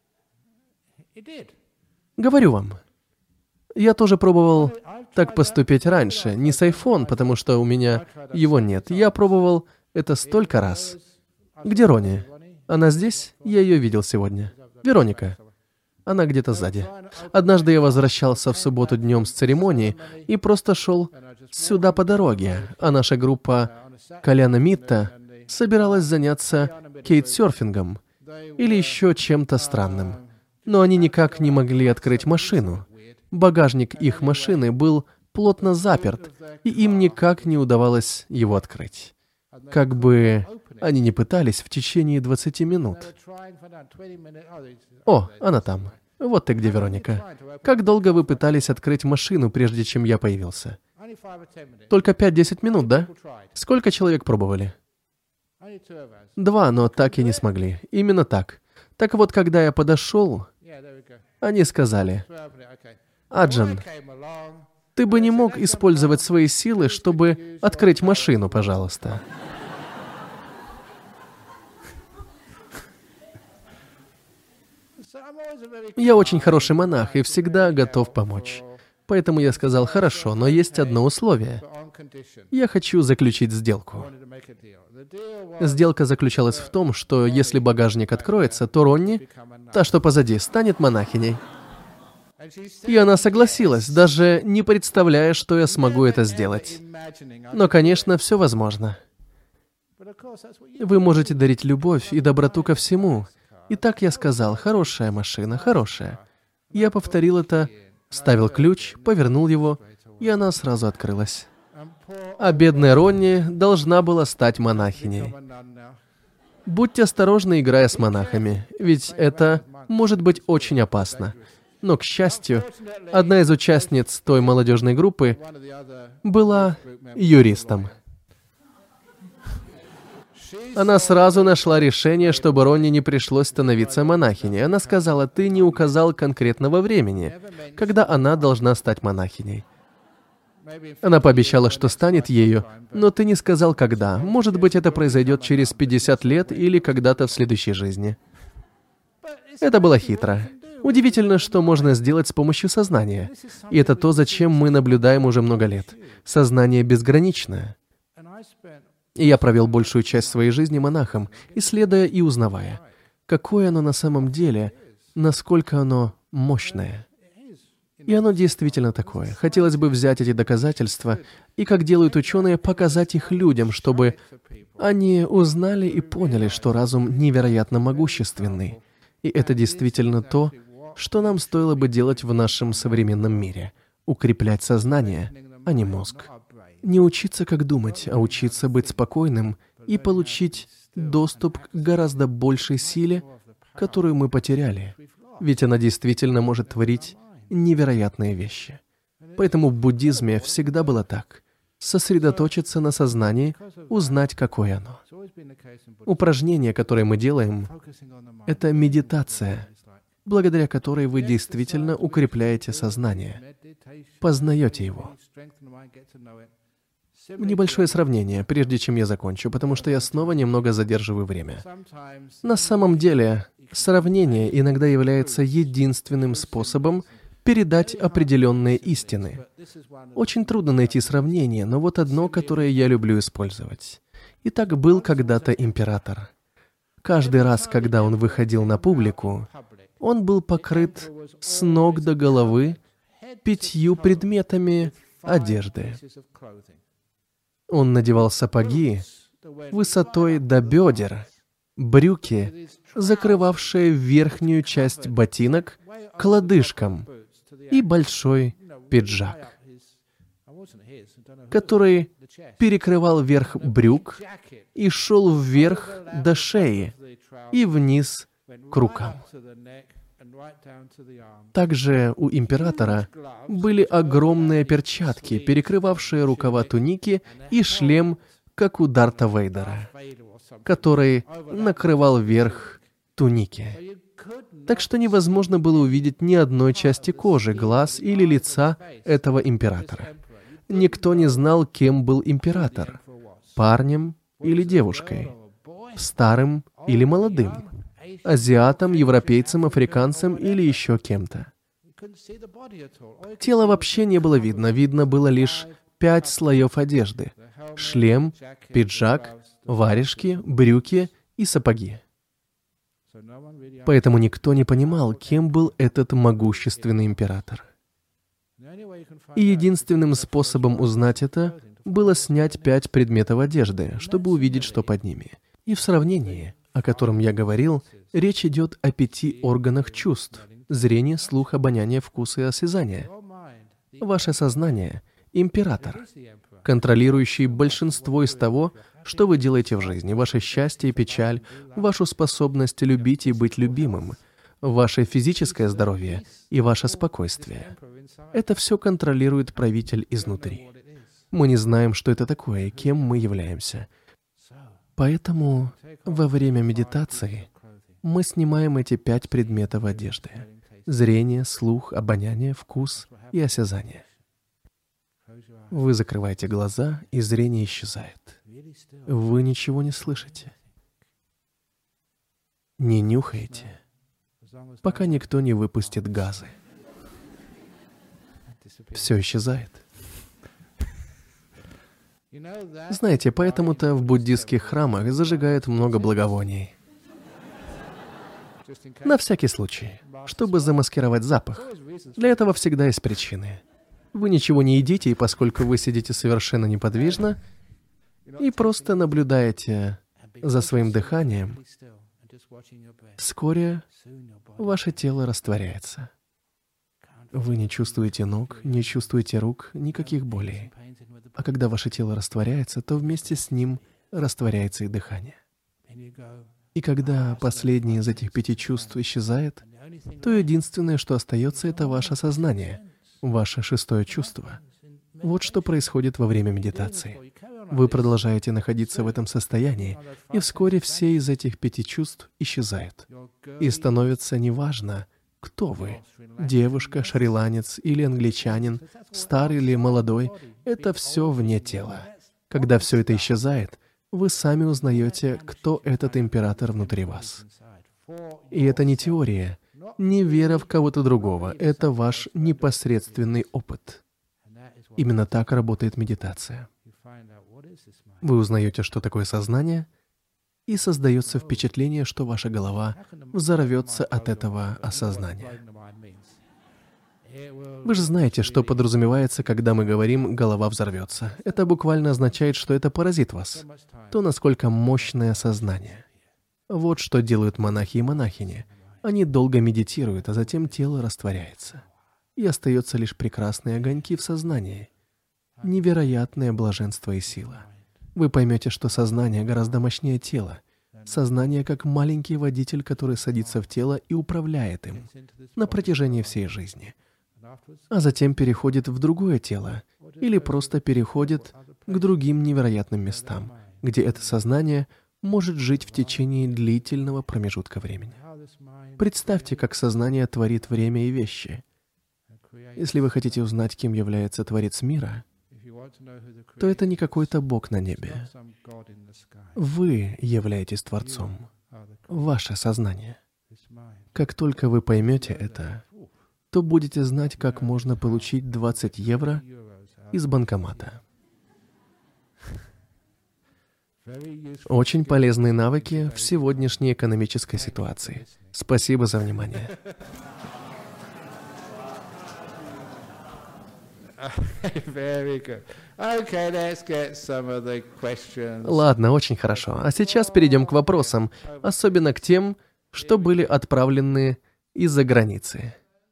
Говорю вам, я тоже пробовал так поступить раньше, не с iPhone, потому что у меня его нет. Я пробовал это столько раз. Где Рони? Она здесь? Я ее видел сегодня. Вероника. Она где-то сзади. Однажды я возвращался в субботу днем с церемонии и просто шел сюда по дороге, а наша группа Каляна Митта собиралась заняться кейтсерфингом или еще чем-то странным. Но они никак не могли открыть машину. Багажник их машины был плотно заперт, и им никак не удавалось его открыть. Как бы они ни пытались в течение 20 минут. О, она там. Вот ты где, Вероника. Как долго вы пытались открыть машину, прежде чем я появился? Только 5-10 минут, да? Сколько человек пробовали? 2, но так и не смогли. Именно так. Так вот, когда я подошел, они сказали: «Аджан, ты бы не мог использовать свои силы, чтобы открыть машину, пожалуйста». Я очень хороший монах и всегда готов помочь. Поэтому я сказал: «Хорошо, но есть одно условие. Я хочу заключить сделку». Сделка заключалась в том, что если багажник откроется, то Ронни, та, что позади, станет монахиней. И она согласилась, даже не представляя, что я смогу это сделать. Но, конечно, все возможно. Вы можете дарить любовь и доброту ко всему. И так я сказал: «Хорошая машина, хорошая». Я повторил это, вставил ключ, повернул его, и она сразу открылась. А бедная Ронни должна была стать монахиней. Будьте осторожны, играя с монахами, ведь это может быть очень опасно. Но, к счастью, одна из участниц той молодежной группы была юристом. Она сразу нашла решение, чтобы Ронни не пришлось становиться монахиней. Она сказала: «Ты не указал конкретного времени, когда она должна стать монахиней». Она пообещала, что станет ею, но ты не сказал, когда. Может быть, это произойдет через 50 лет или когда-то в следующей жизни. Это было хитро. Удивительно, что можно сделать с помощью сознания. И это то, зачем мы наблюдаем уже много лет. Сознание безграничное. И я провел большую часть своей жизни монахом, исследуя и узнавая, какое оно на самом деле, насколько оно мощное. И оно действительно такое. Хотелось бы взять эти доказательства и, как делают ученые, показать их людям, чтобы они узнали и поняли, что разум невероятно могущественный. И это действительно то, что нам стоило бы делать в нашем современном мире. Укреплять сознание, а не мозг. Не учиться, как думать, а учиться быть спокойным и получить доступ к гораздо большей силе, которую мы потеряли. Ведь она действительно может творить невероятные вещи. Поэтому в буддизме всегда было так. Сосредоточиться на сознании, узнать, какое оно. Упражнение, которое мы делаем, это медитация, благодаря которой вы действительно укрепляете сознание, познаете его. Небольшое сравнение, прежде чем я закончу, потому что я снова немного задерживаю время. На самом деле, сравнение иногда является единственным способом передать определенные истины. Очень трудно найти сравнение, но вот одно, которое я люблю использовать. Итак, был когда-то император. Каждый раз, когда он выходил на публику, он был покрыт с ног до головы 5 предметами одежды. Он надевал сапоги высотой до бедер, брюки, закрывавшие верхнюю часть ботинок к лодыжкам, и большой пиджак, который перекрывал верх брюк и шел вверх до шеи и вниз к рукам. Также у императора были огромные перчатки, перекрывавшие рукава туники, и шлем, как у Дарта Вейдера, который накрывал верх туники. Так что невозможно было увидеть ни одной части кожи, глаз или лица этого императора. Никто не знал, кем был император – парнем или девушкой, старым или молодым, азиатом, европейцем, африканцем или еще кем-то. Тело вообще не было видно, видно было лишь 5 слоев одежды – шлем, пиджак, варежки, брюки и сапоги. Поэтому никто не понимал, кем был этот могущественный император. И единственным способом узнать это было снять 5 предметов одежды, чтобы увидеть, что под ними. И в сравнении, о котором я говорил, речь идет о 5 органах чувств – зрение, слух, обоняние, вкус и осязание. Ваше сознание – император, контролирующий большинство из того, что вы делаете в жизни, ваше счастье и печаль, вашу способность любить и быть любимым, ваше физическое здоровье и ваше спокойствие. Это все контролирует правитель изнутри. Мы не знаем, что это такое и кем мы являемся. Поэтому во время медитации мы снимаем эти 5 предметов одежды. Зрение, слух, обоняние, вкус и осязание. Вы закрываете глаза, и зрение исчезает. Вы ничего не слышите. Не нюхаете, пока никто не выпустит газы. Все исчезает. Знаете, поэтому-то в буддистских храмах зажигают много благовоний. На всякий случай, чтобы замаскировать запах. Для этого всегда есть причины. Вы ничего не едите, и поскольку вы сидите совершенно неподвижно и просто наблюдаете за своим дыханием, вскоре ваше тело растворяется. Вы не чувствуете ног, не чувствуете рук, никаких болей. А когда ваше тело растворяется, то вместе с ним растворяется и дыхание. И когда последнее из этих 5 чувств исчезает, то единственное, что остается, это ваше сознание, ваше 6-е чувство. Вот что происходит во время медитации. Вы продолжаете находиться в этом состоянии, и вскоре все из этих 5 чувств исчезают. И становится неважно, кто вы. Девушка, шри-ланец или англичанин, старый или молодой, это все вне тела. Когда все это исчезает, вы сами узнаете, кто этот император внутри вас. И это не теория, не вера в кого-то другого, это ваш непосредственный опыт. Именно так работает медитация. Вы узнаете, что такое сознание, и создается впечатление, что ваша голова взорвется от этого осознания. Вы же знаете, что подразумевается, когда мы говорим «голова взорвется». Это буквально означает, что это поразит вас. То, насколько мощное сознание. Вот что делают монахи и монахини. Они долго медитируют, а затем тело растворяется. И остается лишь прекрасные огоньки в сознании. Невероятное блаженство и сила. Вы поймете, что сознание гораздо мощнее тела. Сознание как маленький водитель, который садится в тело и управляет им на протяжении всей жизни. А затем переходит в другое тело или просто переходит к другим невероятным местам, где это сознание может жить в течение длительного промежутка времени. Представьте, как сознание творит время и вещи. Если вы хотите узнать, кем является Творец мира, то это не какой-то Бог на небе. Вы являетесь Творцом. Ваше сознание. Как только вы поймете это, то будете знать, как можно получить 20 евро из банкомата. Очень полезные навыки в сегодняшней экономической ситуации. Спасибо за внимание. Ладно, очень хорошо. А сейчас перейдем к вопросам, особенно к тем, что были отправлены из-за границы.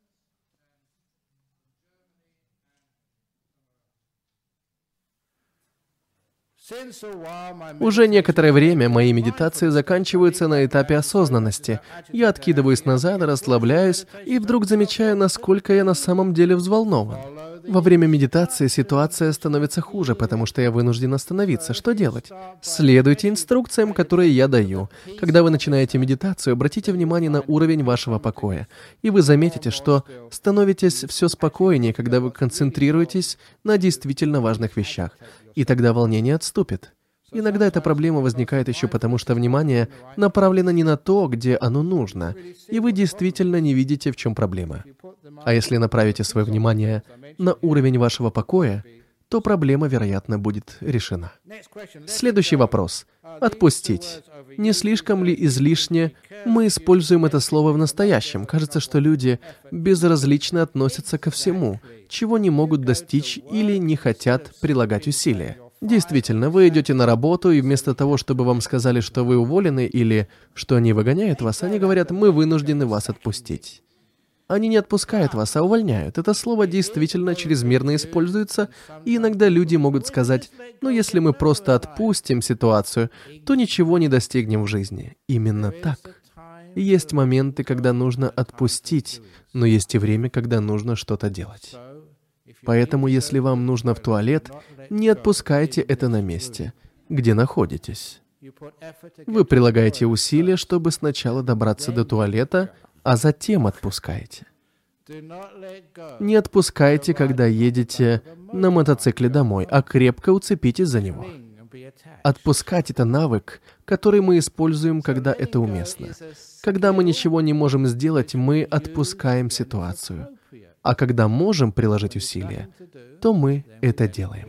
Уже некоторое время мои медитации заканчиваются на этапе осознанности. Я откидываюсь назад, расслабляюсь, и вдруг замечаю, насколько я на самом деле взволнован. Во время медитации ситуация становится хуже, потому что я вынужден остановиться. Что делать? Следуйте инструкциям, которые я даю. Когда вы начинаете медитацию, обратите внимание на уровень вашего покоя. И вы заметите, что становитесь все спокойнее, когда вы концентрируетесь на действительно важных вещах. И тогда волнение отступит. Иногда эта проблема возникает еще потому, что внимание направлено не на то, где оно нужно, и вы действительно не видите, в чем проблема. А если направите свое внимание на уровень вашего покоя, то проблема, вероятно, будет решена. Следующий вопрос. Отпустить. Не слишком ли излишне мы используем это слово в настоящем? Кажется, что люди безразлично относятся ко всему, чего не могут достичь или не хотят прилагать усилия. Действительно, вы идете на работу, и вместо того, чтобы вам сказали, что вы уволены или что они выгоняют вас, они говорят: «Мы вынуждены вас отпустить». Они не отпускают вас, а увольняют. Это слово действительно чрезмерно используется, и иногда люди могут сказать: «Ну, если мы просто отпустим ситуацию, то ничего не достигнем в жизни». Именно так. Есть моменты, когда нужно отпустить, но есть и время, когда нужно что-то делать. Поэтому, если вам нужно в туалет, не отпускайте это на месте, где находитесь. Вы прилагаете усилия, чтобы сначала добраться до туалета, а затем отпускаете. Не отпускайте, когда едете на мотоцикле домой, а крепко уцепитесь за него. Отпускать — это навык, который мы используем, когда это уместно. Когда мы ничего не можем сделать, мы отпускаем ситуацию. А когда можем приложить усилия, то мы это делаем.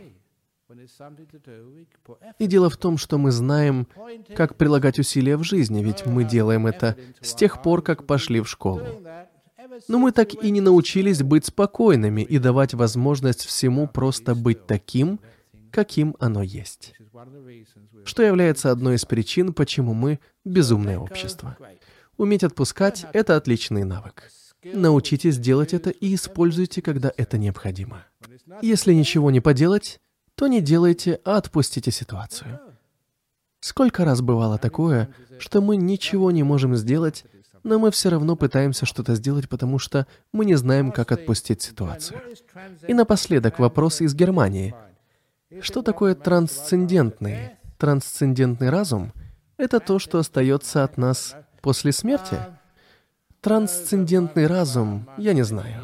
И дело в том, что мы знаем, как прилагать усилия в жизни, ведь мы делаем это с тех пор, как пошли в школу. Но мы так и не научились быть спокойными и давать возможность всему просто быть таким, каким оно есть. Что является одной из причин, почему мы безумное общество. Уметь отпускать — это отличный навык. Научитесь делать это и используйте, когда это необходимо. Если ничего не поделать, то не делайте, а отпустите ситуацию. Сколько раз бывало такое, что мы ничего не можем сделать, но мы все равно пытаемся что-то сделать, потому что мы не знаем, как отпустить ситуацию. И напоследок вопрос из Германии. Что такое трансцендентный? Трансцендентный разум — это то, что остается от нас после смерти? Трансцендентный разум, я не знаю.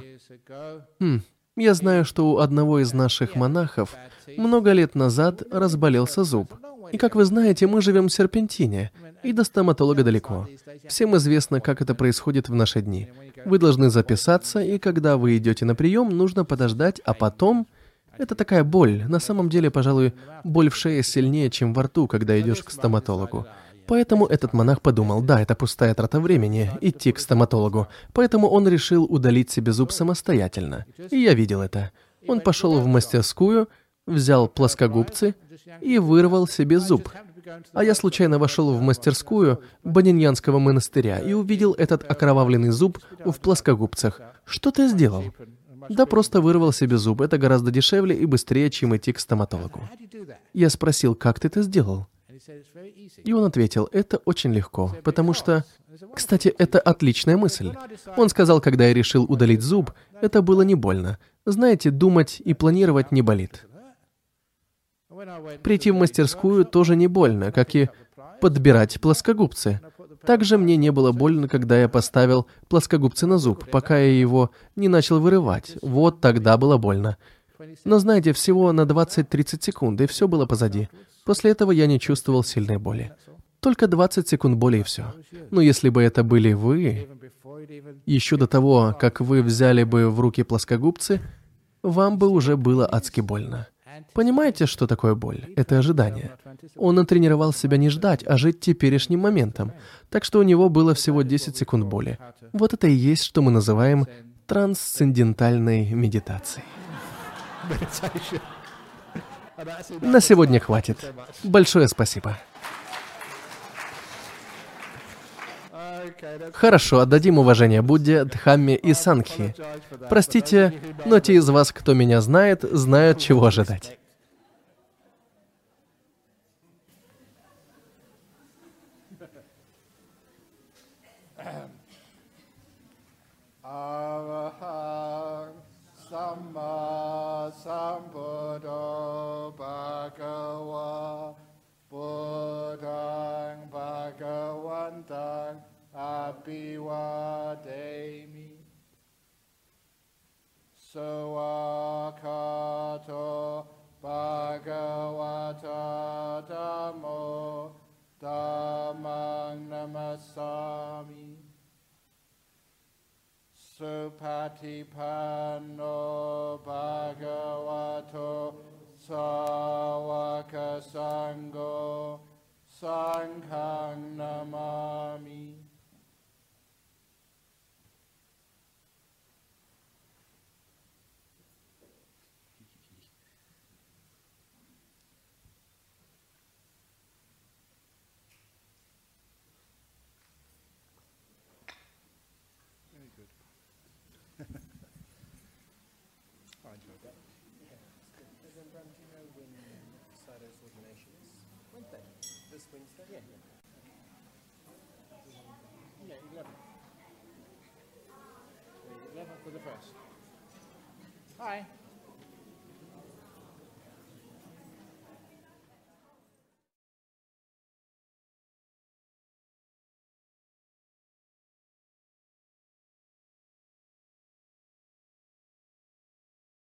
Я знаю, что у одного из наших монахов много лет назад разболелся зуб. И как вы знаете, мы живем в Серпентине, и до стоматолога далеко. Всем известно, как это происходит в наши дни. Вы должны записаться, и когда вы идете на прием, нужно подождать, а потом... Это такая боль. На самом деле, пожалуй, боль в шее сильнее, чем во рту, когда идешь к стоматологу. Поэтому этот монах подумал, да, это пустая трата времени, идти к стоматологу. Поэтому он решил удалить себе зуб самостоятельно. И я видел это. Он пошел в мастерскую, взял плоскогубцы и вырвал себе зуб. А я случайно вошел в мастерскую Баниньянского монастыря и увидел этот окровавленный зуб в плоскогубцах. Что ты сделал? Да просто вырвал себе зуб. Это гораздо дешевле и быстрее, чем идти к стоматологу. Я спросил, как ты это сделал? И он ответил, это очень легко, потому что... Кстати, это отличная мысль. Он сказал, когда я решил удалить зуб, это было не больно. Знаете, думать и планировать не болит. Прийти в мастерскую тоже не больно, как и подбирать плоскогубцы. Также мне не было больно, когда я поставил плоскогубцы на зуб, пока я его не начал вырывать. Вот тогда было больно. Но знаете, всего на 20-30 секунд, и все было позади. После этого я не чувствовал сильной боли. Только 20 секунд боли и все. Но если бы это были вы, еще до того, как вы взяли бы в руки плоскогубцы, вам бы уже было адски больно. Понимаете, что такое боль? Это ожидание. Он натренировал себя не ждать, а жить теперешним моментом. Так что у него было всего 10 секунд боли. Вот это и есть, что мы называем трансцендентальной медитацией. На сегодня хватит. Большое спасибо. Хорошо, отдадим уважение Будде, Дхамме и Сангхи. Простите, но те из вас, кто меня знает, знают, чего ожидать. Abhivademi Sawakato Bhagavata Dhammo Dhammang Namasami Supatipanno Bhagavato Sawaka Sangho Sanghang Namami. For the first. Hi.